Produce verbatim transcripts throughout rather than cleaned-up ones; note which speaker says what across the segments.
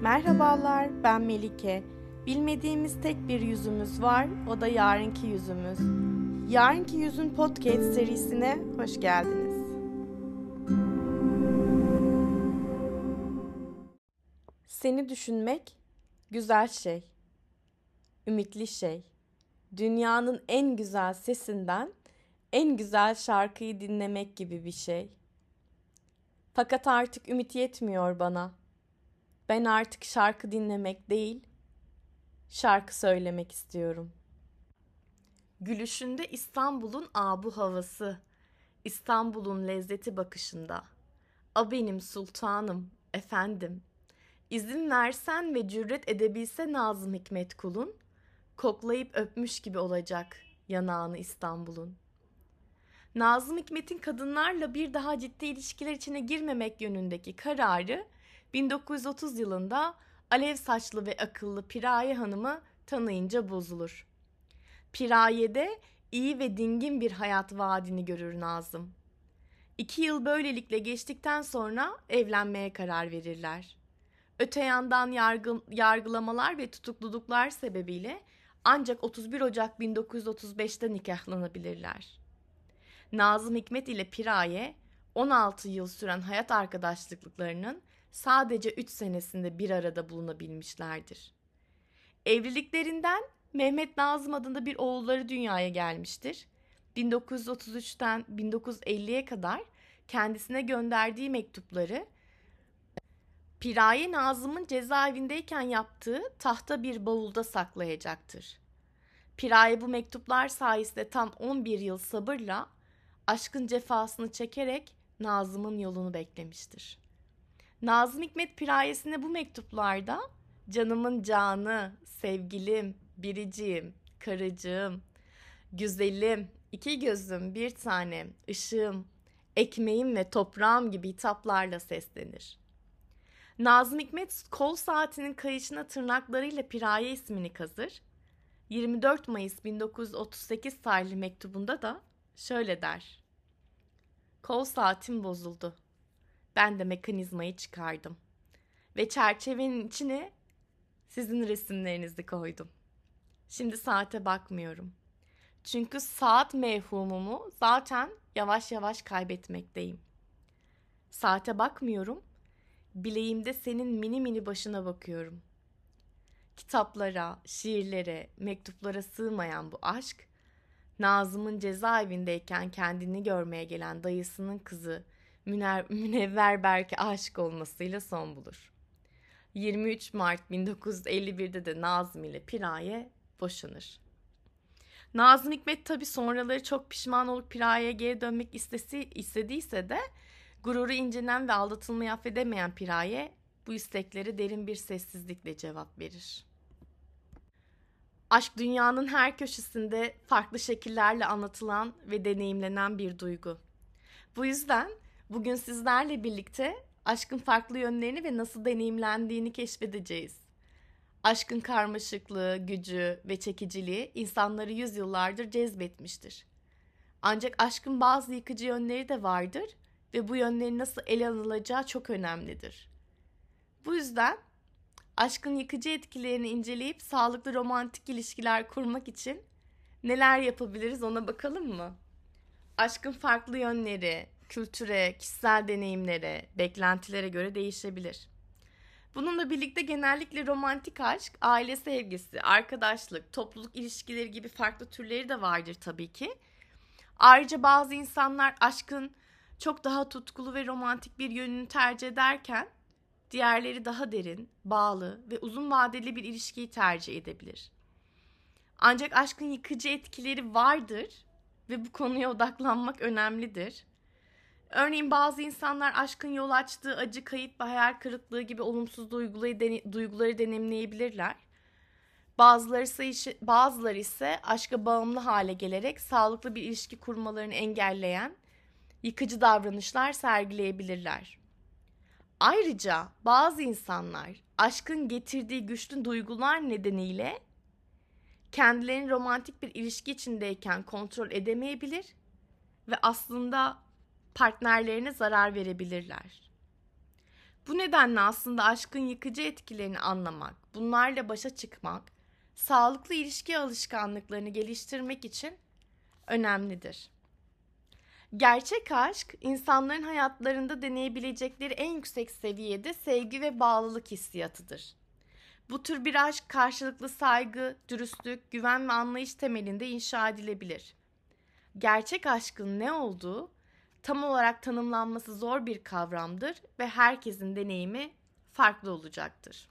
Speaker 1: Merhabalar, ben Melike. Bilmediğimiz tek bir yüzümüz var, o da yarınki yüzümüz. Yarınki Yüzün Podcast serisine hoş geldiniz. Seni düşünmek güzel şey, ümitli şey. Dünyanın en güzel sesinden en güzel şarkıyı dinlemek gibi bir şey. Fakat artık ümit yetmiyor bana. Ben artık şarkı dinlemek değil, şarkı söylemek istiyorum. Gülüşünde İstanbul'un abu havası, İstanbul'un lezzeti bakışında. A benim sultanım, efendim. İzin versen ve cüret edebilse Nazım Hikmet kulun, koklayıp öpmüş gibi olacak yanağını İstanbul'un. Nazım Hikmet'in kadınlarla bir daha ciddi ilişkiler içine girmemek yönündeki kararı bin dokuz yüz otuz yılında alev saçlı ve akıllı Piraye Hanım'ı tanıyınca bozulur. Piraye'de iyi ve dingin bir hayat vaadini görür Nazım. İki yıl böylelikle geçtikten sonra evlenmeye karar verirler. Öte yandan yargı, yargılamalar ve tutukluluklar sebebiyle ancak otuz bir Ocak bin dokuz yüz otuz beşte nikahlanabilirler. Nazım Hikmet ile Piraye on altı yıl süren hayat arkadaşlıklarının sadece üç senesinde bir arada bulunabilmişlerdir. Evliliklerinden Mehmet Nazım adında bir oğulları dünyaya gelmiştir. bin dokuz yüz otuz üçten bin dokuz yüz elliye kadar kendisine gönderdiği mektupları Piraye Nazım'ın cezaevindeyken yaptığı tahta bir bavulda saklayacaktır. Piraye bu mektuplar sayesinde tam on bir yıl sabırla aşkın cefasını çekerek Nazım'ın yolunu beklemiştir. Nazım Hikmet Piraye'sine bu mektuplarda canımın canı, sevgilim, biriciğim, karıcığım, güzelim, iki gözüm, bir tanem, ışığım, ekmeğim ve toprağım gibi hitaplarla seslenir. Nazım Hikmet kol saatinin kayışına tırnaklarıyla Piraye ismini kazır. yirmi dört Mayıs bin dokuz yüz otuz sekiz tarihli mektubunda da şöyle der. Kol saatim bozuldu. Ben de mekanizmayı çıkardım. Ve çerçevenin içine sizin resimlerinizi koydum. Şimdi saate bakmıyorum. Çünkü saat mevhumumu zaten yavaş yavaş kaybetmekteyim. Saate bakmıyorum. Bileğimde senin mini mini başına bakıyorum. Kitaplara, şiirlere, mektuplara sığmayan bu aşk, Nazım'ın cezaevindeyken kendini görmeye gelen dayısının kızı Müner, Münevver Berk'e aşık olmasıyla son bulur. yirmi üç Mart bin dokuz yüz elli birde de Nazım ile Piraye boşanır. Nazım Hikmet tabi sonraları çok pişman olup Piraye'ye geri dönmek istesi, istediyse de gururu incinen ve aldatılmayı affedemeyen Piraye bu istekleri derin bir sessizlikle cevap verir. Aşk dünyanın her köşesinde farklı şekillerle anlatılan ve deneyimlenen bir duygu. Bu yüzden bugün sizlerle birlikte aşkın farklı yönlerini ve nasıl deneyimlendiğini keşfedeceğiz. Aşkın karmaşıklığı, gücü ve çekiciliği insanları yüzyıllardır cezbetmiştir. Ancak aşkın bazı yıkıcı yönleri de vardır ve bu yönlerin nasıl ele alınacağı çok önemlidir. Bu yüzden aşkın yıkıcı etkilerini inceleyip sağlıklı romantik ilişkiler kurmak için neler yapabiliriz ona bakalım mı? Aşkın farklı yönleri, kültüre, kişisel deneyimlere, beklentilere göre değişebilir. Bununla birlikte genellikle romantik aşk, aile sevgisi, arkadaşlık, topluluk ilişkileri gibi farklı türleri de vardır tabii ki. Ayrıca bazı insanlar aşkın çok daha tutkulu ve romantik bir yönünü tercih ederken diğerleri daha derin, bağlı ve uzun vadeli bir ilişkiyi tercih edebilir. Ancak aşkın yıkıcı etkileri vardır ve bu konuya odaklanmak önemlidir. Örneğin bazı insanlar aşkın yol açtığı acı, kayıp ve hayal kırıklığı gibi olumsuz duyguları, dene- duyguları deneyimleyebilirler. Bazıları ise, bazıları ise aşka bağımlı hale gelerek sağlıklı bir ilişki kurmalarını engelleyen yıkıcı davranışlar sergileyebilirler. Ayrıca bazı insanlar aşkın getirdiği güçlü duygular nedeniyle kendilerini romantik bir ilişki içindeyken kontrol edemeyebilir ve aslında partnerlerine zarar verebilirler. Bu nedenle aslında aşkın yıkıcı etkilerini anlamak, bunlarla başa çıkmak, sağlıklı ilişki alışkanlıklarını geliştirmek için önemlidir. Gerçek aşk, insanların hayatlarında deneyebilecekleri en yüksek seviyede sevgi ve bağlılık hissiyatıdır. Bu tür bir aşk karşılıklı saygı, dürüstlük, güven ve anlayış temelinde inşa edilebilir. Gerçek aşkın ne olduğu tam olarak tanımlanması zor bir kavramdır ve herkesin deneyimi farklı olacaktır.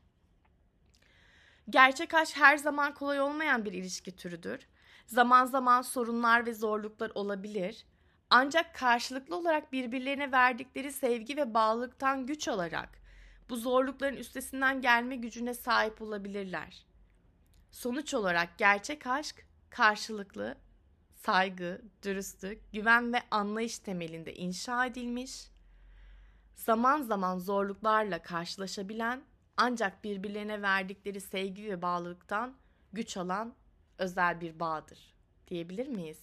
Speaker 1: Gerçek aşk her zaman kolay olmayan bir ilişki türüdür. Zaman zaman sorunlar ve zorluklar olabilir. Ancak karşılıklı olarak birbirlerine verdikleri sevgi ve bağlılıktan güç alarak bu zorlukların üstesinden gelme gücüne sahip olabilirler. Sonuç olarak gerçek aşk karşılıklı saygı, dürüstlük, güven ve anlayış temelinde inşa edilmiş, zaman zaman zorluklarla karşılaşabilen ancak birbirlerine verdikleri sevgi ve bağlılıktan güç alan özel bir bağdır diyebilir miyiz?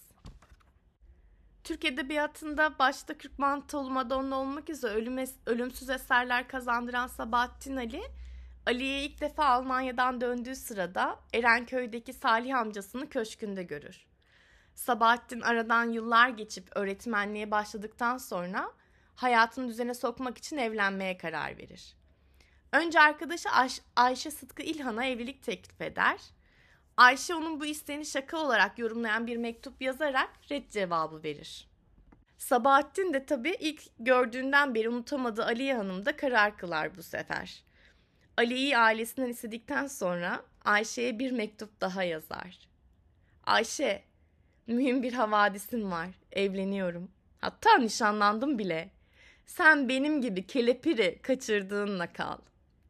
Speaker 1: Türk Edebiyatı'nda başta Kürk Mantolu Madonna olmak üzere ölüm es- ölümsüz eserler kazandıran Sabahattin Ali, Ali'ye ilk defa Almanya'dan döndüğü sırada Erenköy'deki Salih amcasını köşkünde görür. Sabahattin aradan yıllar geçip öğretmenliğe başladıktan sonra hayatını düzene sokmak için evlenmeye karar verir. Önce arkadaşı Ay- Ayşe Sıtkı İlhan'a evlilik teklif eder. Ayşe onun bu isteğini şaka olarak yorumlayan bir mektup yazarak red cevabı verir. Sabahattin de tabii ilk gördüğünden beri unutamadığı Aliye Hanım da karar kılar bu sefer. Ali'yi ailesinden istedikten sonra Ayşe'ye bir mektup daha yazar. Ayşe, mühim bir havadisim var. Evleniyorum. Hatta nişanlandım bile. Sen benim gibi kelepiri kaçırdığınla kal.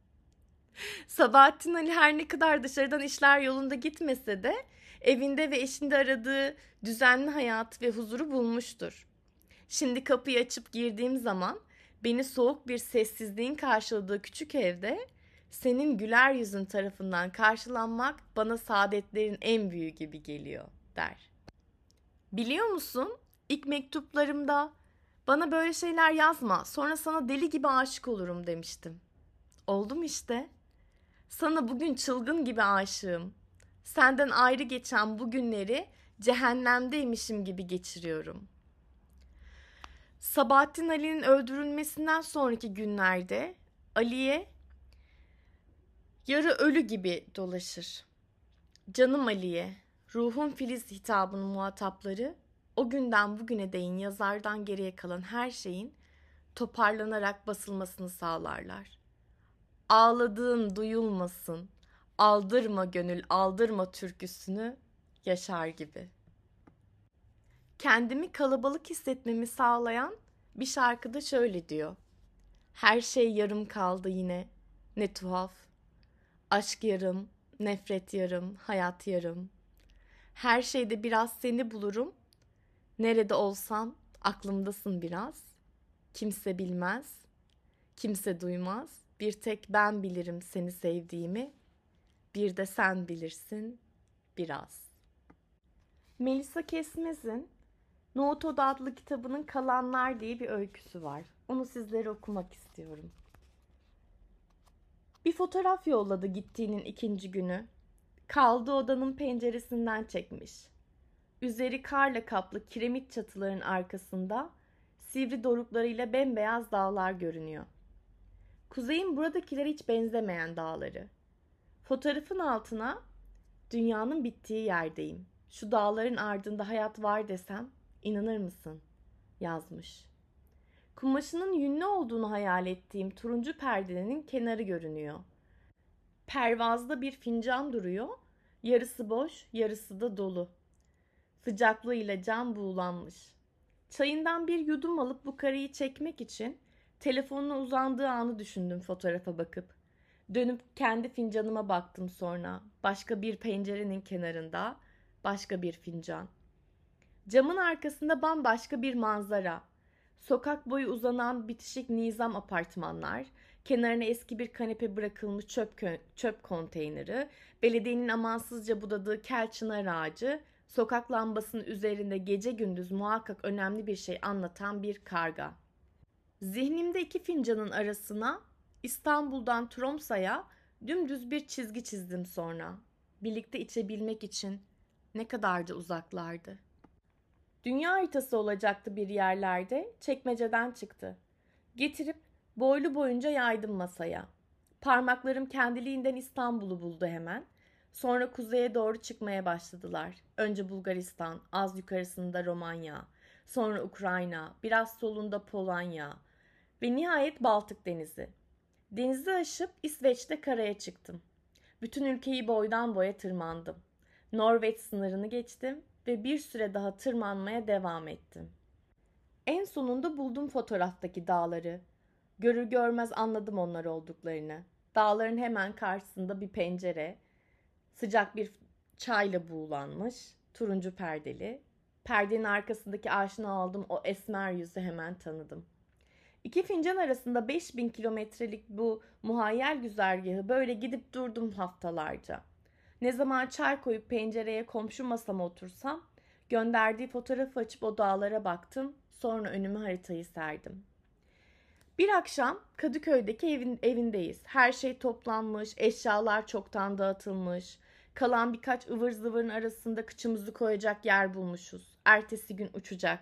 Speaker 1: Sabahattin Ali her ne kadar dışarıdan işler yolunda gitmese de evinde ve eşinde aradığı düzenli hayat ve huzuru bulmuştur. Şimdi kapıyı açıp girdiğim zaman beni soğuk bir sessizliğin karşıladığı küçük evde senin güler yüzün tarafından karşılanmak bana saadetlerin en büyüğü gibi geliyor der. Biliyor musun? İlk mektuplarımda bana böyle şeyler yazma, sonra sana deli gibi aşık olurum demiştim. Oldum işte. Sana bugün çılgın gibi aşığım. Senden ayrı geçen bu günleri cehennemdeymişim gibi geçiriyorum. Sabahattin Ali'nin öldürülmesinden sonraki günlerde Ali'ye yarı ölü gibi dolaşır. Canım Ali'ye, ruhun Filiz hitabının muhatapları o günden bugüne değin yazardan geriye kalan her şeyin toparlanarak basılmasını sağlarlar. Ağladığın duyulmasın, aldırma gönül aldırma türküsünü yaşar gibi. Kendimi kalabalık hissetmemi sağlayan bir şarkıda şöyle diyor. Her şey yarım kaldı yine, ne tuhaf. Aşk yarım, nefret yarım, hayat yarım. Her şeyde biraz seni bulurum. Nerede olsam aklımdasın biraz. Kimse bilmez, kimse duymaz. Bir tek ben bilirim seni sevdiğimi. Bir de sen bilirsin biraz. Melisa Kesmez'in Nohut Oda adlı kitabının Kalanlar diye bir öyküsü var. Onu sizlere okumak istiyorum. Bir fotoğraf yolladı gittiğinin ikinci günü. Kaldığı odanın penceresinden çekmiş. Üzeri karla kaplı kiremit çatıların arkasında sivri doruklarıyla bembeyaz dağlar görünüyor. Kuzeyin buradakilere hiç benzemeyen dağları. Fotoğrafın altına dünyanın bittiği yerdeyim. Şu dağların ardında hayat var desem inanır mısın? Yazmış. Kumaşının yünlü olduğunu hayal ettiğim turuncu perdenin kenarı görünüyor. Pervazda bir fincan duruyor. Yarısı boş, yarısı da dolu. Sıcaklığıyla cam buğulanmış. Çayından bir yudum alıp bu kareyi çekmek için telefonuna uzandığı anı düşündüm fotoğrafa bakıp. Dönüp kendi fincanıma baktım sonra. Başka bir pencerenin kenarında, başka bir fincan. Camın arkasında bambaşka bir manzara. Sokak boyu uzanan bitişik nizam apartmanlar, kenarına eski bir kanepe bırakılmış çöp, kö- çöp konteyneri, belediyenin amansızca budadığı kel çınar ağacı, sokak lambasının üzerinde gece gündüz muhakkak önemli bir şey anlatan bir karga. Zihnimde iki fincanın arasına İstanbul'dan Tromsa'ya dümdüz bir çizgi çizdim sonra. Birlikte içebilmek için ne kadar da uzaklardı. Dünya haritası olacaktı bir yerlerde, çekmeceden çıktı. Getirip boylu boyunca yaydım masaya. Parmaklarım kendiliğinden İstanbul'u buldu hemen. Sonra kuzeye doğru çıkmaya başladılar. Önce Bulgaristan, az yukarısında Romanya, sonra Ukrayna, biraz solunda Polonya ve nihayet Baltık Denizi. Denizi aşıp İsveç'te karaya çıktım. Bütün ülkeyi boydan boya tırmandım. Norveç sınırını geçtim ve bir süre daha tırmanmaya devam ettim. En sonunda buldum fotoğraftaki dağları. Görür görmez anladım onlar olduklarını. Dağların hemen karşısında bir pencere, sıcak bir çayla buğulanmış, turuncu perdeli. Perdenin arkasındaki aşina aldığım o esmer yüzü hemen tanıdım. İki fincan arasında beş bin kilometrelik bu muhayyel güzergahı böyle gidip durdum haftalarca. Ne zaman çay koyup pencereye komşu masama otursam, gönderdiği fotoğrafı açıp o dağlara baktım, sonra önüme haritayı serdim. Bir akşam Kadıköy'deki evin, evindeyiz. Her şey toplanmış, eşyalar çoktan dağıtılmış. Kalan birkaç ıvır zıvırın arasında kıçımızı koyacak yer bulmuşuz. Ertesi gün uçacak.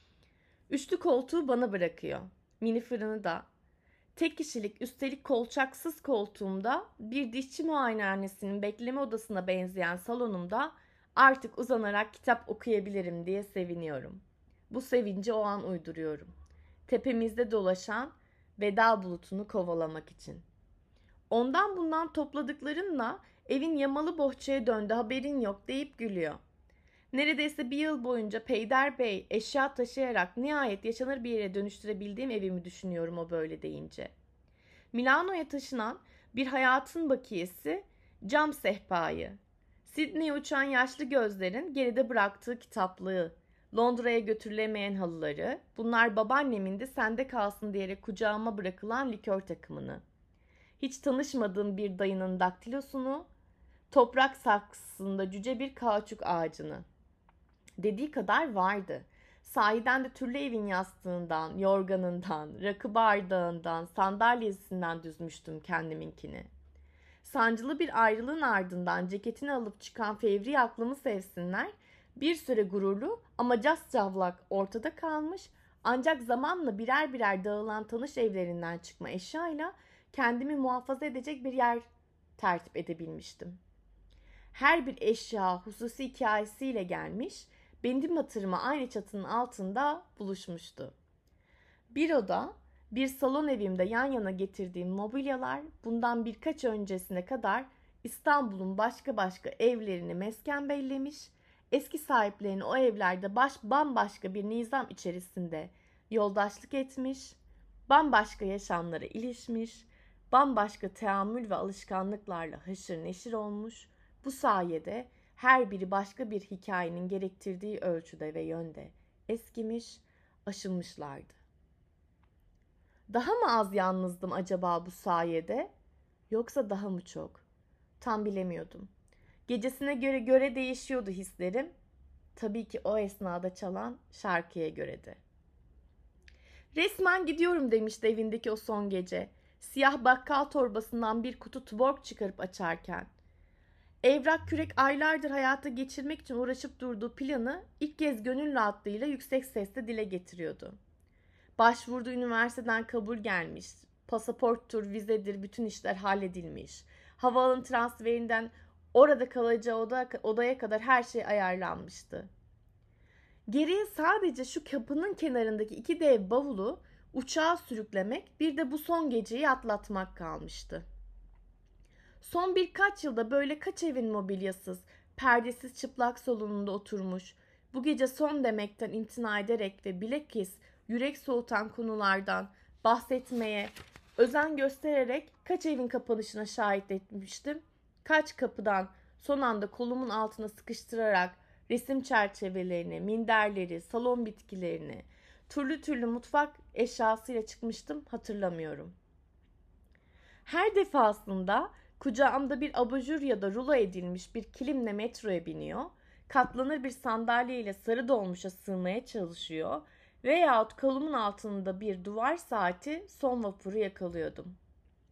Speaker 1: Üçlü koltuğu bana bırakıyor. Mini fırını da. Tek kişilik, üstelik kolçaksız koltuğumda bir dişçi muayenehanesinin bekleme odasına benzeyen salonumda artık uzanarak kitap okuyabilirim diye seviniyorum. Bu sevinci o an uyduruyorum. Tepemizde dolaşan veda bulutunu kovalamak için. Ondan bundan topladıklarımla evin yamalı bohçaya döndü, haberin yok deyip gülüyor. Neredeyse bir yıl boyunca peyderbey eşya taşıyarak nihayet yaşanır bir yere dönüştürebildiğim evimi düşünüyorum o böyle deyince. Milano'ya taşınan bir hayatın bakiyesi cam sehpayı, Sydney'e uçan yaşlı gözlerin geride bıraktığı kitaplığı, Londra'ya götürülemeyen halıları, bunlar babaannemin de sende kalsın diyerek kucağıma bırakılan likör takımını, hiç tanışmadığım bir dayının daktilosunu, toprak saksısında cüce bir kauçuk ağacını. Dediği kadar vardı. Sahiden de türlü evin yastığından, yorganından, rakı bardağından, sandalyesinden düzmüştüm kendiminkini. Sancılı bir ayrılığın ardından ceketini alıp çıkan fevri aklımı sevsinler, bir süre gururlu ama cascavlak ortada kalmış, ancak zamanla birer birer dağılan tanış evlerinden çıkma eşyayla kendimi muhafaza edecek bir yer tertip edebilmiştim. Her bir eşya hususi hikayesiyle gelmiş, benim hatırıma aynı çatının altında buluşmuştu. Bir oda, bir salon evimde yan yana getirdiğim mobilyalar bundan birkaç öncesine kadar İstanbul'un başka başka evlerini mesken bellemiş, eski sahiplerini o evlerde baş, bambaşka bir nizam içerisinde yoldaşlık etmiş, bambaşka yaşamlara ilişmiş, bambaşka teamül ve alışkanlıklarla haşır neşir olmuş, bu sayede her biri başka bir hikayenin gerektirdiği ölçüde ve yönde eskimiş, aşınmışlardı. Daha mı az yalnızdım acaba bu sayede? Yoksa daha mı çok? Tam bilemiyordum. Gecesine göre göre değişiyordu hislerim. Tabii ki o esnada çalan şarkıya göre de. Resmen gidiyorum demişti evindeki o son gece. Siyah bakkal torbasından bir kutu tuborg çıkarıp açarken. Evrak kürek aylardır hayata geçirmek için uğraşıp durduğu planı ilk kez gönül rahatlığıyla yüksek sesle dile getiriyordu. Başvurduğu üniversiteden kabul gelmiş, pasaporttur, vizedir, bütün işler halledilmiş. Havaalanı transferinden orada kalacağı oda, odaya kadar her şey ayarlanmıştı. Geriye sadece şu kapının kenarındaki iki dev bavulu uçağa sürüklemek, bir de bu son geceyi atlatmak kalmıştı. Son birkaç yılda böyle kaç evin mobilyasız, perdesiz çıplak salonunda oturmuş, bu gece son demekten imtina ederek ve bilakis yürek soğutan konulardan bahsetmeye özen göstererek kaç evin kapanışına şahit etmiştim. Kaç kapıdan son anda kolumun altına sıkıştırarak resim çerçevelerini, minderleri, salon bitkilerini, türlü türlü mutfak eşyasıyla çıkmıştım, hatırlamıyorum. Her defasında kucağımda bir abajur ya da rulo edilmiş bir kilimle metroya biniyor, katlanır bir sandalyeyle sarı dolmuşa sığmaya çalışıyor veyahut kolumun altında bir duvar saati son vapuru yakalıyordum.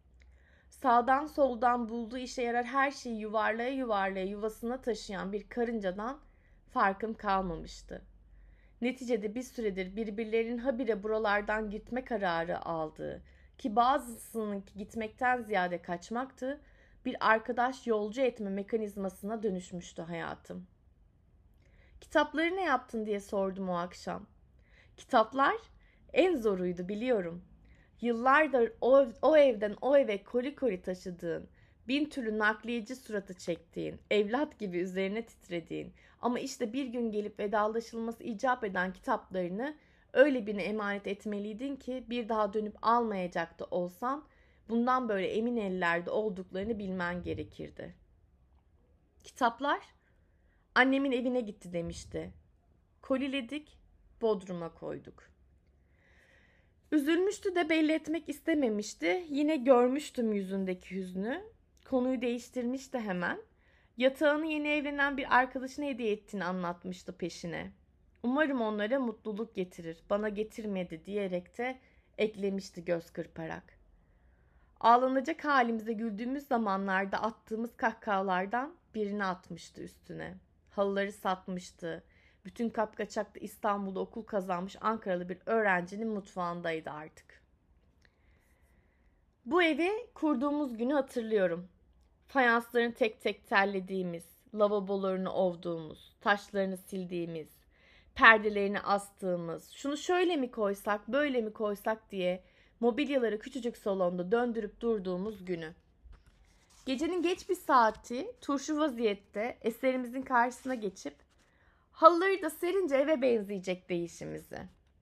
Speaker 1: Sağdan soldan bulduğu işe yarar her şeyi yuvarlaya yuvarlaya yuvasına taşıyan bir karıncadan farkım kalmamıştı. Neticede bir süredir birbirlerinin habire buralardan gitme kararı aldığı, ki bazısının gitmekten ziyade kaçmaktı, bir arkadaş yolcu etme mekanizmasına dönüşmüştü hayatım. Kitapları ne yaptın diye sordum o akşam. Kitaplar en zoruydu biliyorum. Yıllardır o, o evden o eve koli koli taşıdığın, bin türlü nakliyeci suratı çektiğin, evlat gibi üzerine titrediğin ama işte bir gün gelip vedalaşılması icap eden kitaplarını öyle birine emanet etmeliydin ki bir daha dönüp almayacaktı olsan bundan böyle emin ellerde olduklarını bilmen gerekirdi. Kitaplar annemin evine gitti demişti. Koliledik, Bodrum'a koyduk. Üzülmüştü de belli etmek istememişti. Yine görmüştüm yüzündeki hüznü. Konuyu değiştirmişti hemen. Yatağını yeni evlenen bir arkadaşına hediye ettiğini anlatmıştı peşine. Umarım onlara mutluluk getirir, bana getirmedi diyerek de eklemişti göz kırparak. Ağlanacak halimize güldüğümüz zamanlarda attığımız kahkahalardan birini atmıştı üstüne. Halıları satmıştı. Bütün kapkaçakta İstanbul'da okul kazanmış Ankaralı bir öğrencinin mutfağındaydı artık. Bu evi kurduğumuz günü hatırlıyorum. Fayanslarını tek tek tellediğimiz, lavabolarını ovduğumuz, taşlarını sildiğimiz, perdelerini astığımız, şunu şöyle mi koysak, böyle mi koysak diye mobilyaları küçücük salonda döndürüp durduğumuz günü. Gecenin geç bir saati turşu vaziyette eserimizin karşısına geçip halıları da serince eve benzeyecek değişimizi.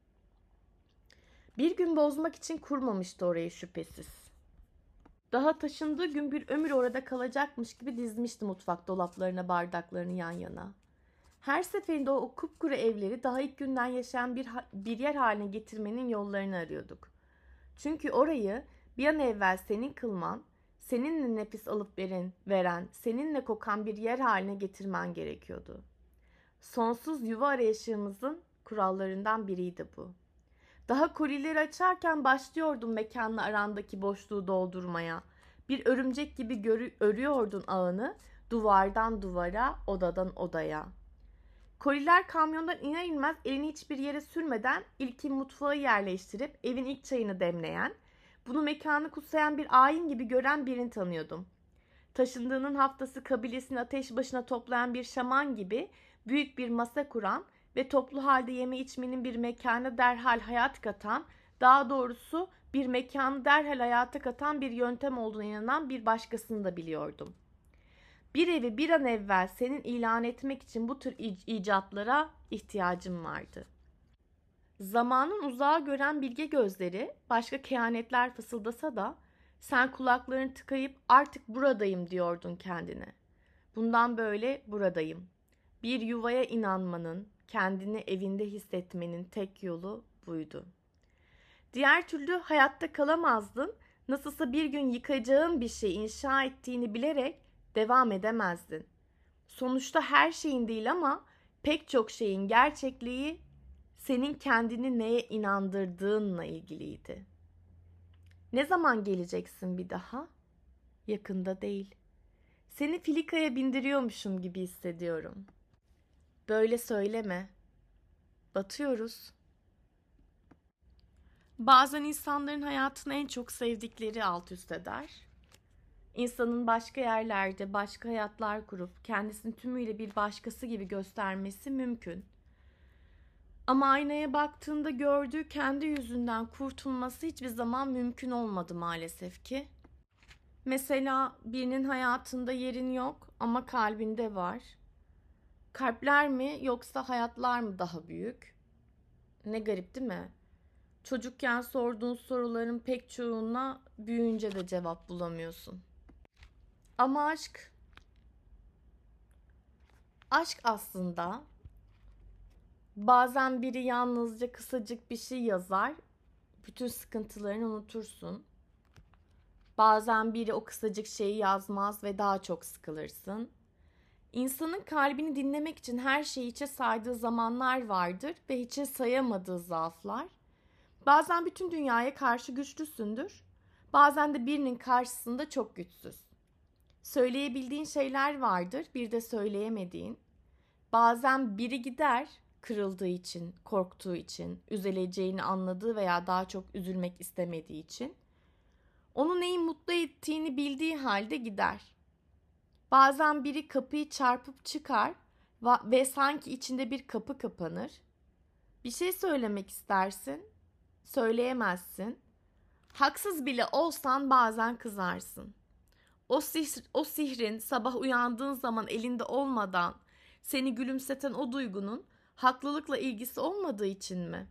Speaker 1: Bir gün bozmak için kurmamıştı orayı şüphesiz. Daha taşındığı gün bir ömür orada kalacakmış gibi dizmişti mutfak dolaplarına bardaklarını yan yana. Her seferinde o kupkuru evleri daha ilk günden yaşayan bir, bir yer haline getirmenin yollarını arıyorduk. Çünkü orayı bir an evvel senin kılman, seninle nefes alıp veren, veren, seninle kokan bir yer haline getirmen gerekiyordu. Sonsuz yuva arayışımızın kurallarından biriydi bu. Daha kolileri açarken başlıyordun mekanla arandaki boşluğu doldurmaya. Bir örümcek gibi görü, örüyordun ağını duvardan duvara, odadan odaya. Koliler kamyondan iner inmez elini hiçbir yere sürmeden ilkin mutfağa yerleştirip evin ilk çayını demleyen, bunu mekanı kutsayan bir ayin gibi gören birini tanıyordum. Taşındığının haftası kabilesini ateş başına toplayan bir şaman gibi büyük bir masa kuran ve toplu halde yeme içmenin bir mekana derhal hayat katan, daha doğrusu bir mekanı derhal hayata katan bir yöntem olduğuna inanan bir başkasını da biliyordum. Bir evi bir an evvel senin ilan etmek için bu tür icatlara ihtiyacım vardı. Zamanın uzağa gören bilge gözleri başka kehanetler fısıldasa da sen kulaklarını tıkayıp artık buradayım diyordun kendine. Bundan böyle buradayım. Bir yuvaya inanmanın, kendini evinde hissetmenin tek yolu buydu. Diğer türlü hayatta kalamazdın, nasılsa bir gün yıkacağın bir şey inşa ettiğini bilerek devam edemezdin. Sonuçta her şeyin değil ama pek çok şeyin gerçekliği senin kendini neye inandırdığınla ilgiliydi. Ne zaman geleceksin bir daha? Yakında değil. Seni filikaya bindiriyormuşum gibi hissediyorum. Böyle söyleme. Batıyoruz. Bazen insanların hayatını en çok sevdikleri alt üst eder. İnsanın başka yerlerde başka hayatlar kurup kendisini tümüyle bir başkası gibi göstermesi mümkün. Ama aynaya baktığında gördüğü kendi yüzünden kurtulması hiçbir zaman mümkün olmadı maalesef ki. Mesela birinin hayatında yerin yok ama kalbinde var. Kalpler mi yoksa hayatlar mı daha büyük? Ne garip değil mi? Çocukken sorduğun soruların pek çoğuna büyüyünce de cevap bulamıyorsun. Ama aşk, aşk aslında bazen biri yalnızca kısacık bir şey yazar, bütün sıkıntılarını unutursun. Bazen biri o kısacık şeyi yazmaz ve daha çok sıkılırsın. İnsanın kalbini dinlemek için her şeyi hiçe saydığı zamanlar vardır ve hiçe sayamadığı zaaflar. Bazen bütün dünyaya karşı güçlüsündür. Bazen de birinin karşısında çok güçsüz. Söyleyebildiğin şeyler vardır, bir de söyleyemediğin. Bazen biri gider kırıldığı için, korktuğu için, üzüleceğini anladığı veya daha çok üzülmek istemediği için. Onu neyin mutlu ettiğini bildiği halde gider. Bazen biri kapıyı çarpıp çıkar ve sanki içinde bir kapı kapanır. Bir şey söylemek istersin, söyleyemezsin. Haksız bile olsan bazen kızarsın. O, sihr, o sihrin sabah uyandığın zaman elinde olmadan seni gülümseten o duygunun haklılıkla ilgisi olmadığı için mi?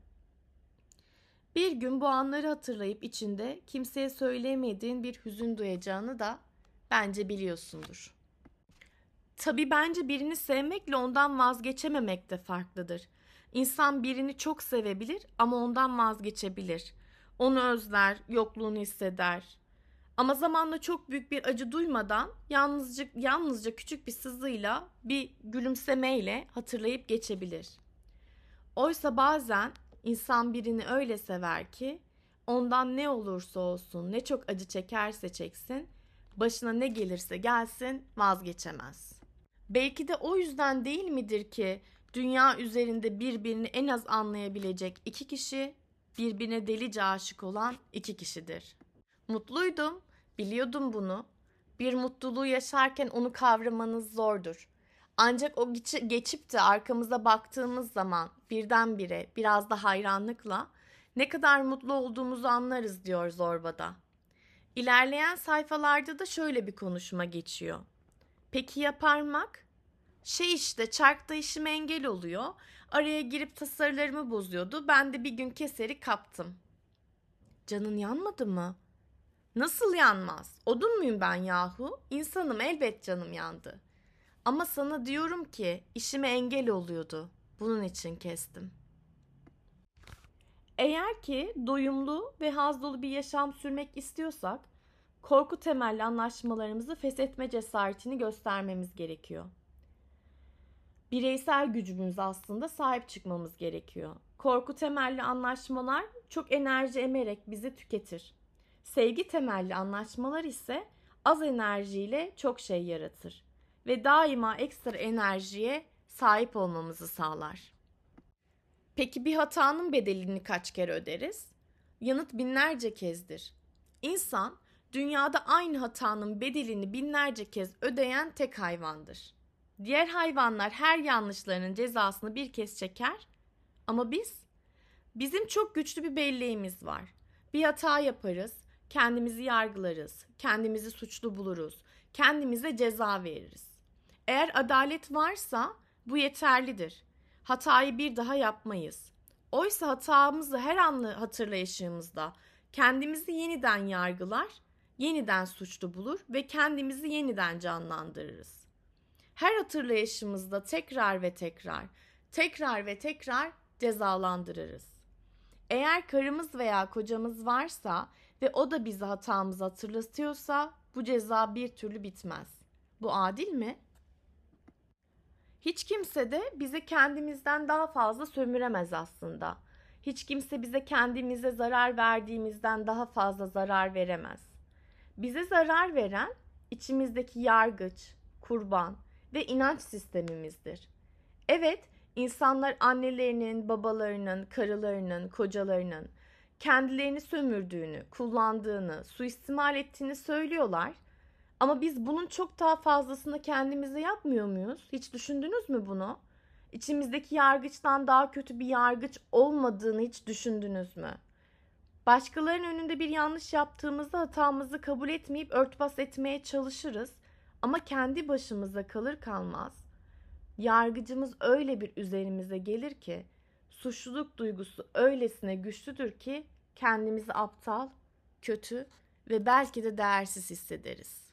Speaker 1: Bir gün bu anları hatırlayıp içinde kimseye söyleyemediğin bir hüzün duyacağını da bence biliyorsundur. Tabii bence birini sevmekle ondan vazgeçememek de farklıdır. İnsan birini çok sevebilir ama ondan vazgeçebilir. Onu özler, yokluğunu hisseder. Ama zamanla çok büyük bir acı duymadan yalnızca, yalnızca küçük bir sızıyla, bir gülümsemeyle hatırlayıp geçebilir. Oysa bazen insan birini öyle sever ki ondan ne olursa olsun, ne çok acı çekerse çeksin, başına ne gelirse gelsin vazgeçemez. Belki de o yüzden değil midir ki dünya üzerinde birbirini en az anlayabilecek iki kişi, birbirine delice aşık olan iki kişidir. Mutluydum, biliyordum bunu. Bir mutluluğu yaşarken onu kavramanız zordur. Ancak o geçip de arkamıza baktığımız zaman birdenbire biraz da hayranlıkla ne kadar mutlu olduğumuzu anlarız diyor Zorba'da. İlerleyen sayfalarda da şöyle bir konuşma geçiyor. Peki ya parmak? Şey işte çarkta işime engel oluyor. Araya girip tasarılarımı bozuyordu. Ben de bir gün keseri kaptım. Canın yanmadı mı? Nasıl yanmaz? Odun muyum ben yahu? İnsanım, elbet canım yandı. Ama sana diyorum ki işime engel oluyordu. Bunun için kestim. Eğer ki doyumlu ve haz dolu bir yaşam sürmek istiyorsak, korku temelli anlaşmalarımızı feshetme cesaretini göstermemiz gerekiyor. Bireysel gücümüze aslında sahip çıkmamız gerekiyor. Korku temelli anlaşmalar çok enerji emerek bizi tüketir. Sevgi temelli anlaşmalar ise az enerjiyle çok şey yaratır ve daima ekstra enerjiye sahip olmamızı sağlar. Peki bir hatanın bedelini kaç kere öderiz? Yanıt binlerce kezdir. İnsan dünyada aynı hatanın bedelini binlerce kez ödeyen tek hayvandır. Diğer hayvanlar her yanlışlarının cezasını bir kez çeker ama biz, bizim çok güçlü bir belleğimiz var. Bir hata yaparız, kendimizi yargılarız, kendimizi suçlu buluruz, kendimize ceza veririz. Eğer adalet varsa bu yeterlidir. Hatayı bir daha yapmayız. Oysa hatamızı her anlı hatırlayışımızda kendimizi yeniden yargılar, yeniden suçlu bulur ve kendimizi yeniden canlandırırız. Her hatırlayışımızda tekrar ve tekrar, tekrar ve tekrar cezalandırırız. Eğer karımız veya kocamız varsa ve o da bizi hatamızı hatırlatıyorsa bu ceza bir türlü bitmez. Bu adil mi? Hiç kimse de bizi kendimizden daha fazla sömüremez aslında. Hiç kimse bize kendimize zarar verdiğimizden daha fazla zarar veremez. Bize zarar veren içimizdeki yargıç, kurban ve inanç sistemimizdir. Evet, insanlar annelerinin, babalarının, karılarının, kocalarının kendilerini sömürdüğünü, kullandığını, suistimal ettiğini söylüyorlar. Ama biz bunun çok daha fazlasını kendimize yapmıyor muyuz? Hiç düşündünüz mü bunu? İçimizdeki yargıçtan daha kötü bir yargıç olmadığını hiç düşündünüz mü? Başkalarının önünde bir yanlış yaptığımızda hatamızı kabul etmeyip örtbas etmeye çalışırız. Ama kendi başımıza kalır kalmaz yargıcımız öyle bir üzerimize gelir ki, suçluluk duygusu öylesine güçlüdür ki kendimizi aptal, kötü ve belki de değersiz hissederiz.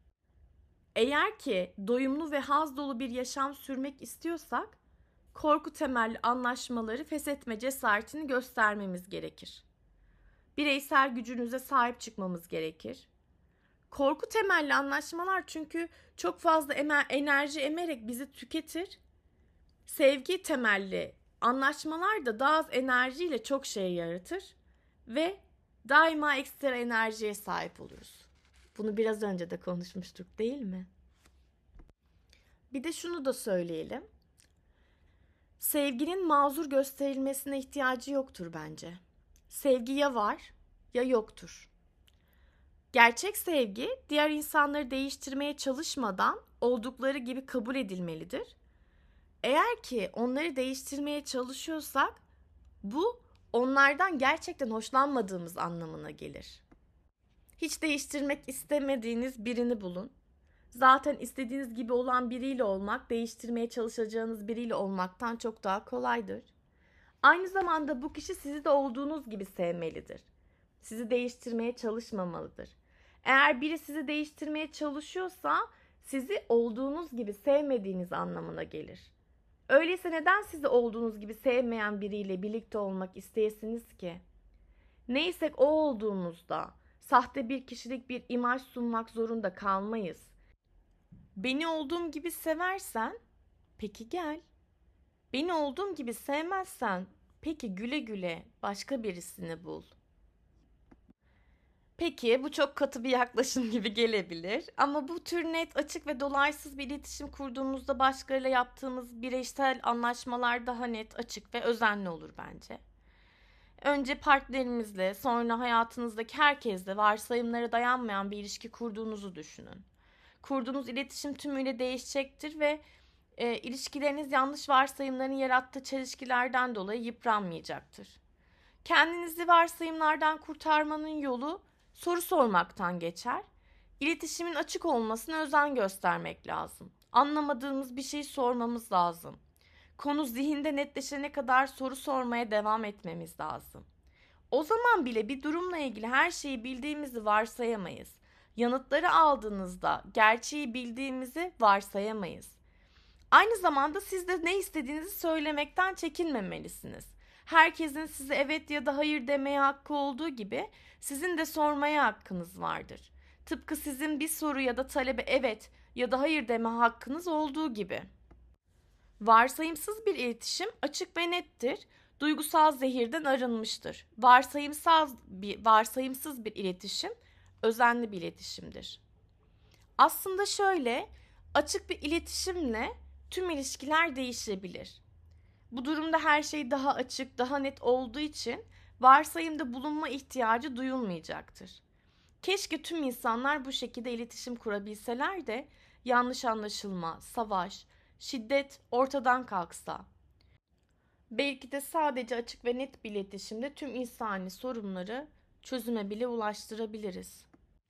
Speaker 1: Eğer ki doyumlu ve haz dolu bir yaşam sürmek istiyorsak, korku temelli anlaşmaları feshetme cesaretini göstermemiz gerekir. Bireysel gücünüze sahip çıkmamız gerekir. Korku temelli anlaşmalar çünkü çok fazla emer, enerji emerek bizi tüketir. Sevgi temelli anlaşmalar da daha az enerjiyle çok şey yaratır ve daima ekstra enerjiye sahip oluruz. Bunu biraz önce de konuşmuştuk, değil mi? Bir de şunu da söyleyelim. Sevginin mazur gösterilmesine ihtiyacı yoktur bence. Sevgi ya var ya yoktur. Gerçek sevgi diğer insanları değiştirmeye çalışmadan oldukları gibi kabul edilmelidir. Eğer ki onları değiştirmeye çalışıyorsak bu onlardan gerçekten hoşlanmadığımız anlamına gelir. Hiç değiştirmek istemediğiniz birini bulun. Zaten istediğiniz gibi olan biriyle olmak, değiştirmeye çalışacağınız biriyle olmaktan çok daha kolaydır. Aynı zamanda bu kişi sizi de olduğunuz gibi sevmelidir. Sizi değiştirmeye çalışmamalıdır. Eğer biri sizi değiştirmeye çalışıyorsa sizi olduğunuz gibi sevmediğiniz anlamına gelir. Öyleyse neden sizi olduğunuz gibi sevmeyen biriyle birlikte olmak isteyesiniz ki? Neysek o olduğumuzda sahte bir kişilik bir imaj sunmak zorunda kalmayız. Beni olduğum gibi seversen peki gel. Beni olduğum gibi sevmezsen peki güle güle başka birisini bul. Peki bu çok katı bir yaklaşım gibi gelebilir ama bu tür net, açık ve dolaysız bir iletişim kurduğumuzda başkalarıyla yaptığımız bireysel anlaşmalar daha net, açık ve özenli olur bence. Önce partnerimizle, sonra hayatınızdaki herkesle varsayımlara dayanmayan bir ilişki kurduğunuzu düşünün. Kurduğunuz iletişim tümüyle değişecektir ve e, ilişkileriniz yanlış varsayımların yarattığı çelişkilerden dolayı yıpranmayacaktır. Kendinizi varsayımlardan kurtarmanın yolu soru sormaktan geçer. İletişimin açık olmasına özen göstermek lazım. Anlamadığımız bir şeyi sormamız lazım. Konu zihinde netleşene kadar soru sormaya devam etmemiz lazım. O zaman bile bir durumla ilgili her şeyi bildiğimizi varsayamayız. Yanıtları aldığınızda gerçeği bildiğimizi varsayamayız. Aynı zamanda siz de ne istediğinizi söylemekten çekinmemelisiniz. Herkesin size evet ya da hayır demeye hakkı olduğu gibi sizin de sormaya hakkınız vardır. Tıpkı sizin bir soru ya da talebe evet ya da hayır deme hakkınız olduğu gibi. Varsayımsız bir iletişim açık ve nettir. Duygusal zehirden arınmıştır. Varsayımsal bir varsayımsız bir iletişim özenli bir iletişimdir. Aslında şöyle, açık bir iletişimle tüm ilişkiler değişebilir. Bu durumda her şey daha açık, daha net olduğu için varsayımda bulunma ihtiyacı duyulmayacaktır. Keşke tüm insanlar bu şekilde iletişim kurabilseler de yanlış anlaşılma, savaş, şiddet ortadan kalksa. Belki de sadece açık ve net bir iletişimde tüm insani sorunları çözüme bile ulaştırabiliriz.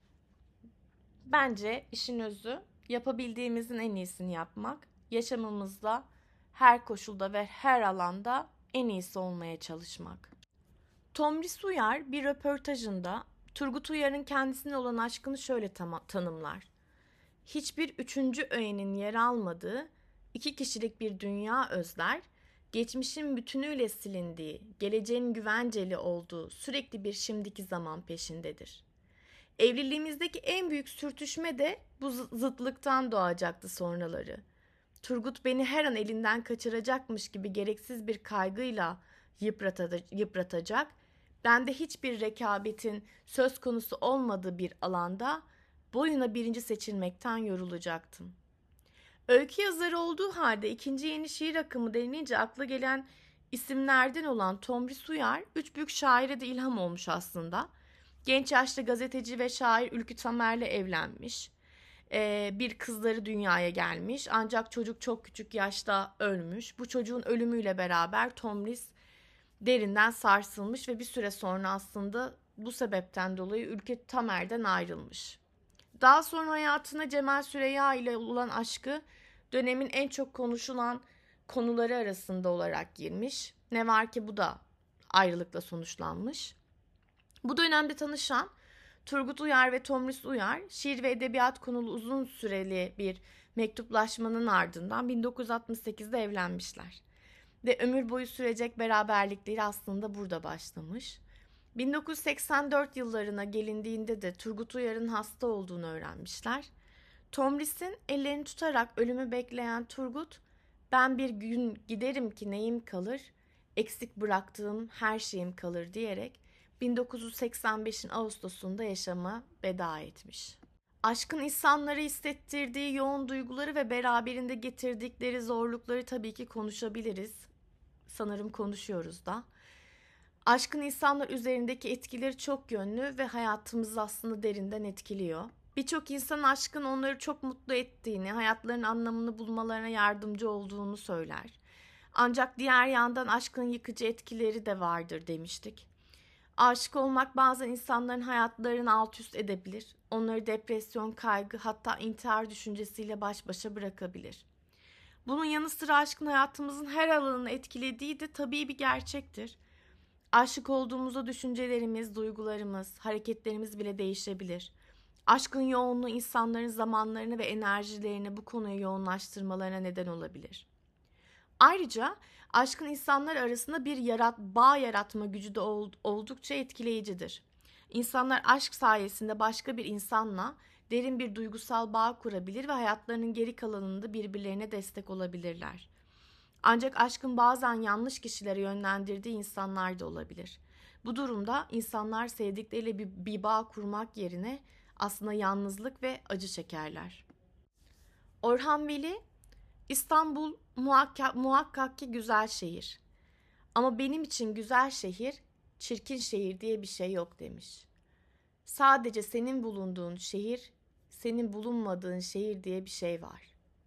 Speaker 1: Bence işin özü yapabildiğimizin en iyisini yapmak, yaşamımızda her koşulda ve her alanda en iyisi olmaya çalışmak. Tomris Uyar bir röportajında Turgut Uyar'ın kendisine olan aşkını şöyle tam- tanımlar. Hiçbir üçüncü öğenin yer almadığı, iki kişilik bir dünya özler, geçmişin bütünüyle silindiği, geleceğin güvenceli olduğu sürekli bir şimdiki zaman peşindedir. Evliliğimizdeki en büyük sürtüşme de bu zıtlıktan doğacaktı sonraları. Turgut beni her an elinden kaçıracakmış gibi gereksiz bir kaygıyla yıpratacak, ben de hiçbir rekabetin söz konusu olmadığı bir alanda boyuna birinci seçilmekten yorulacaktım. Öykü yazarı olduğu halde ikinci yeni şiir akımı denilince akla gelen isimlerden olan Tomris Uyar, üç büyük şaire de ilham olmuş aslında. Genç yaşta gazeteci ve şair Ülkü Tamer'le evlenmiş. Ee, bir kızları dünyaya gelmiş ancak çocuk çok küçük yaşta ölmüş. Bu çocuğun ölümüyle beraber Tomris derinden sarsılmış ve bir süre sonra aslında bu sebepten dolayı Ülkü Tamer'den ayrılmış. Daha sonra hayatına Cemal Süreyya ile olan aşkı dönemin en çok konuşulan konuları arasında olarak girmiş. Ne var ki bu da ayrılıkla sonuçlanmış. Bu dönemde tanışan Turgut Uyar ve Tomris Uyar şiir ve edebiyat konulu uzun süreli bir mektuplaşmanın ardından bin dokuz yüz altmış sekizde evlenmişler. Ve ömür boyu sürecek beraberlikleri aslında burada başlamış. bin dokuz yüz seksen dört yıllarına gelindiğinde de Turgut Uyar'ın hasta olduğunu öğrenmişler. Tomris'in ellerini tutarak ölümü bekleyen Turgut, ben bir gün giderim ki neyim kalır, eksik bıraktığım her şeyim kalır diyerek bin dokuz yüz seksen beşin Ağustos'unda yaşama veda etmiş. Aşkın insanlara hissettirdiği yoğun duyguları ve beraberinde getirdikleri zorlukları tabii ki konuşabiliriz. Sanırım konuşuyoruz da. Aşkın insanlar üzerindeki etkileri çok yönlü ve hayatımızı aslında derinden etkiliyor. Birçok insan aşkın onları çok mutlu ettiğini, hayatlarının anlamını bulmalarına yardımcı olduğunu söyler. Ancak diğer yandan aşkın yıkıcı etkileri de vardır demiştik. Aşık olmak bazen insanların hayatlarını alt üst edebilir. Onları depresyon, kaygı, hatta intihar düşüncesiyle baş başa bırakabilir. Bunun yanı sıra aşkın hayatımızın her alanını etkilediği de tabii bir gerçektir. Aşık olduğumuzda düşüncelerimiz, duygularımız, hareketlerimiz bile değişebilir. Aşkın yoğunluğu insanların zamanlarını ve enerjilerini bu konuya yoğunlaştırmalarına neden olabilir. Ayrıca aşkın insanlar arasında bir yarat, bağ yaratma gücü de oldukça etkileyicidir. İnsanlar aşk sayesinde başka bir insanla derin bir duygusal bağ kurabilir ve hayatlarının geri kalanında birbirlerine destek olabilirler. Ancak aşkın bazen yanlış kişilere yönlendirdiği insanlar da olabilir. Bu durumda insanlar sevdikleriyle bir, bir bağ kurmak yerine aslında yalnızlık ve acı çekerler. Orhan Veli, İstanbul muhakkak, muhakkak ki güzel şehir. Ama benim için güzel şehir, çirkin şehir diye bir şey yok demiş. Sadece senin bulunduğun şehir, senin bulunmadığın şehir diye bir şey var.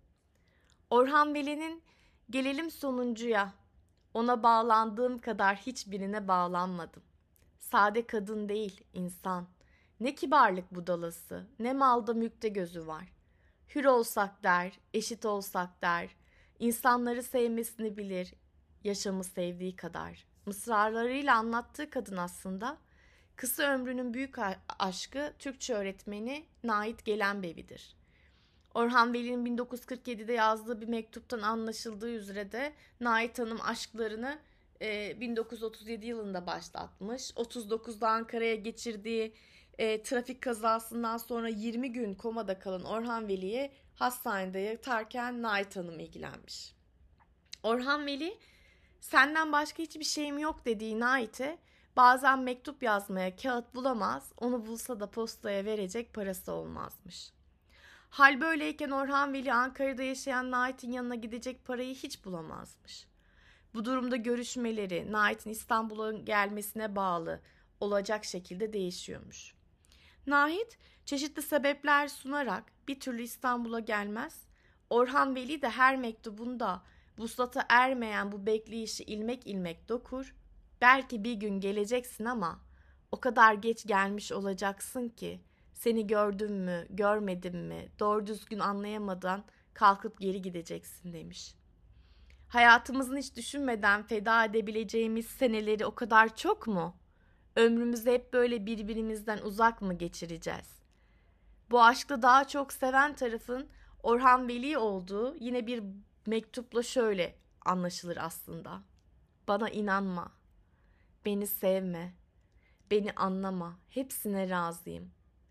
Speaker 1: Orhan Veli'nin gelelim sonuncuya, ona bağlandığım kadar hiçbirine bağlanmadım. Sade kadın değil, insan. Ne kibarlık budalası, ne malda mülkte gözü var. Hür olsak der, eşit olsak der, insanları sevmesini bilir, yaşamı sevdiği kadar. Mısralarıyla anlattığı kadın aslında, kısa ömrünün büyük aşkı Türkçe öğretmeni Nait Gelenbevi'dir. Orhan Veli'nin bin dokuz yüz kırk yedide yazdığı bir mektuptan anlaşıldığı üzere de Nait Hanım aşklarını e, bin dokuz yüz otuz yedi yılında başlatmış. otuz dokuzda Ankara'ya geçirdiği e, trafik kazasından sonra yirmi gün komada kalan Orhan Veli'ye hastanede yatarken Nait Hanım ilgilenmiş. Orhan Veli senden başka hiçbir şeyim yok dediği Nait'e bazen mektup yazmaya kağıt bulamaz, onu bulsa da postaya verecek parası olmazmış. Hal böyleyken Orhan Veli Ankara'da yaşayan Nait'in yanına gidecek parayı hiç bulamazmış. Bu durumda görüşmeleri Nait'in İstanbul'a gelmesine bağlı olacak şekilde değişiyormuş. Nait çeşitli sebepler sunarak bir türlü İstanbul'a gelmez. Orhan Veli de her mektubunda vuslata ermeyen bu bekleyişi ilmek ilmek dokur. Belki bir gün geleceksin ama o kadar geç gelmiş olacaksın ki seni gördüm mü, görmedim mi, doğru düzgün anlayamadan kalkıp geri gideceksin demiş. Hayatımızın hiç düşünmeden feda edebileceğimiz seneleri o kadar çok mu? Ömrümüzü hep böyle birbirimizden uzak mı geçireceğiz? Bu aşkta daha çok seven tarafın Orhan Veli olduğu yine bir mektupla şöyle anlaşılır aslında. Bana inanma, beni sevme, beni anlama, hepsine razıyım.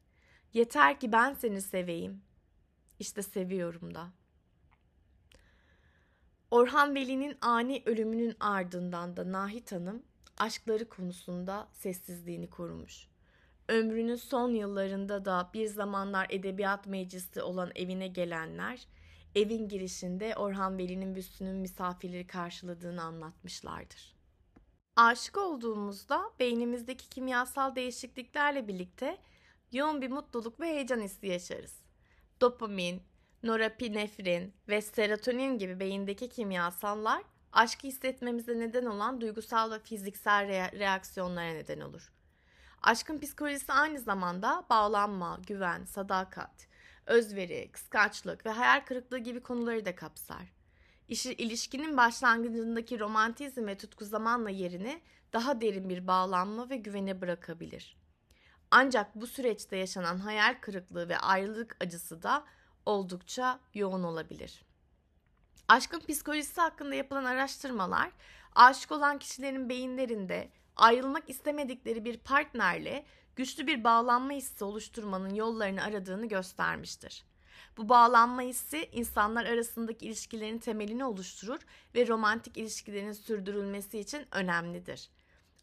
Speaker 1: Yeter ki ben seni seveyim. İşte seviyorum da. Orhan Veli'nin ani ölümünün ardından da Nahit Hanım aşkları konusunda sessizliğini korumuş. Ömrünün son yıllarında da bir zamanlar edebiyat meclisi olan evine gelenler evin girişinde Orhan Veli'nin büstünün misafirleri karşıladığını anlatmışlardır. Aşık olduğumuzda beynimizdeki kimyasal değişikliklerle birlikte yoğun bir mutluluk ve heyecan hissi yaşarız. Dopamin, norepinefrin ve serotonin gibi beyindeki kimyasallar aşkı hissetmemize neden olan duygusal ve fiziksel re- reaksiyonlara neden olur. Aşkın psikolojisi aynı zamanda bağlanma, güven, sadakat, özveri, kıskançlık ve hayal kırıklığı gibi konuları da kapsar. İşi, ilişkinin başlangıcındaki romantizm ve tutku zamanla yerini daha derin bir bağlanma ve güvene bırakabilir. Ancak bu süreçte yaşanan hayal kırıklığı ve ayrılık acısı da oldukça yoğun olabilir. Aşkın psikolojisi hakkında yapılan araştırmalar, aşık olan kişilerin beyinlerinde ayrılmak istemedikleri bir partnerle güçlü bir bağlanma hissi oluşturmanın yollarını aradığını göstermiştir. Bu bağlanma hissi insanlar arasındaki ilişkilerin temelini oluşturur ve romantik ilişkilerin sürdürülmesi için önemlidir.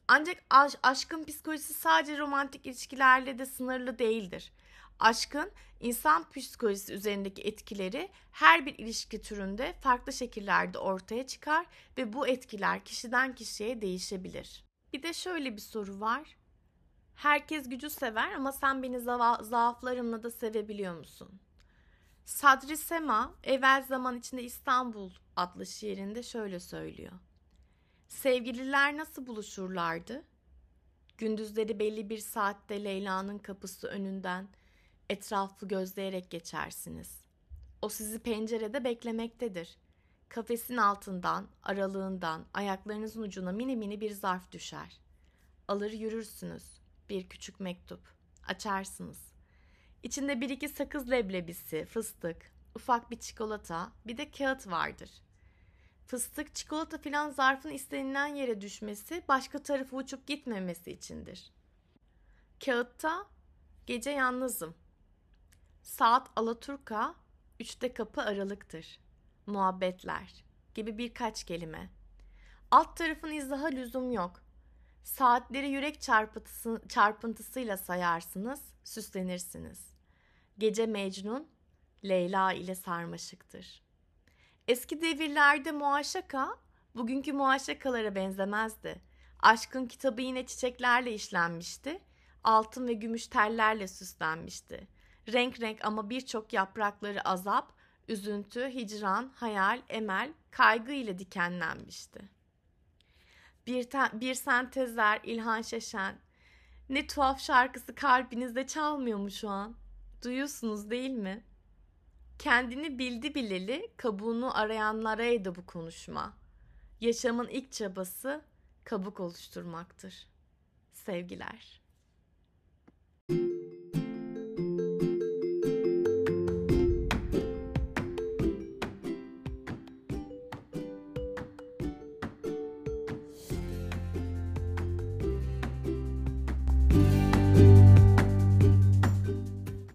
Speaker 1: Ancak aş- aşkın psikolojisi sadece romantik ilişkilerle de sınırlı değildir. Aşkın insan psikolojisi üzerindeki etkileri her bir ilişki türünde farklı şekillerde ortaya çıkar ve bu etkiler kişiden kişiye değişebilir. Bir de şöyle bir soru var. Herkes gücü sever ama sen beni zava- zaaflarımla da sevebiliyor musun? Sadri Sema, Evvel Zaman İçinde İstanbul adlı şiirinde şöyle söylüyor. Sevgililer nasıl buluşurlardı? Gündüzleri belli bir saatte Leyla'nın kapısı önünden etrafı gözleyerek geçersiniz. O sizi pencerede beklemektedir. Kafesin altından, aralığından ayaklarınızın ucuna mini mini bir zarf düşer. Alır yürürsünüz. Bir küçük mektup. Açarsınız. İçinde bir iki sakız leblebisi, fıstık, ufak bir çikolata, bir de kağıt vardır. Fıstık, çikolata filan zarfın istenilen yere düşmesi, başka tarafa uçup gitmemesi içindir. Kağıtta, gece yalnızım. Saat alaturka, üçte kapı aralıktır. Muhabbetler gibi birkaç kelime. Alt tarafın izaha lüzum yok. Saatleri yürek çarpıntısı, çarpıntısıyla sayarsınız, süslenirsiniz. Gece Mecnun, Leyla ile sarmaşıktır. Eski devirlerde muaşaka, bugünkü muaşakalara benzemezdi. Aşkın kitabı yine çiçeklerle işlenmişti, altın ve gümüş tellerle süslenmişti. Renk renk ama birçok yaprakları azap, üzüntü, hicran, hayal, emel, kaygı ile dikenlenmişti. Bir, te- bir sentezler, İlhan Şeşen. Ne tuhaf şarkısı kalbinizde çalmıyor mu şu an? Duyuyorsunuz değil mi? Kendini bildi bileli kabuğunu arayanlaraydı bu konuşma. Yaşamın ilk çabası kabuk oluşturmaktır. Sevgiler.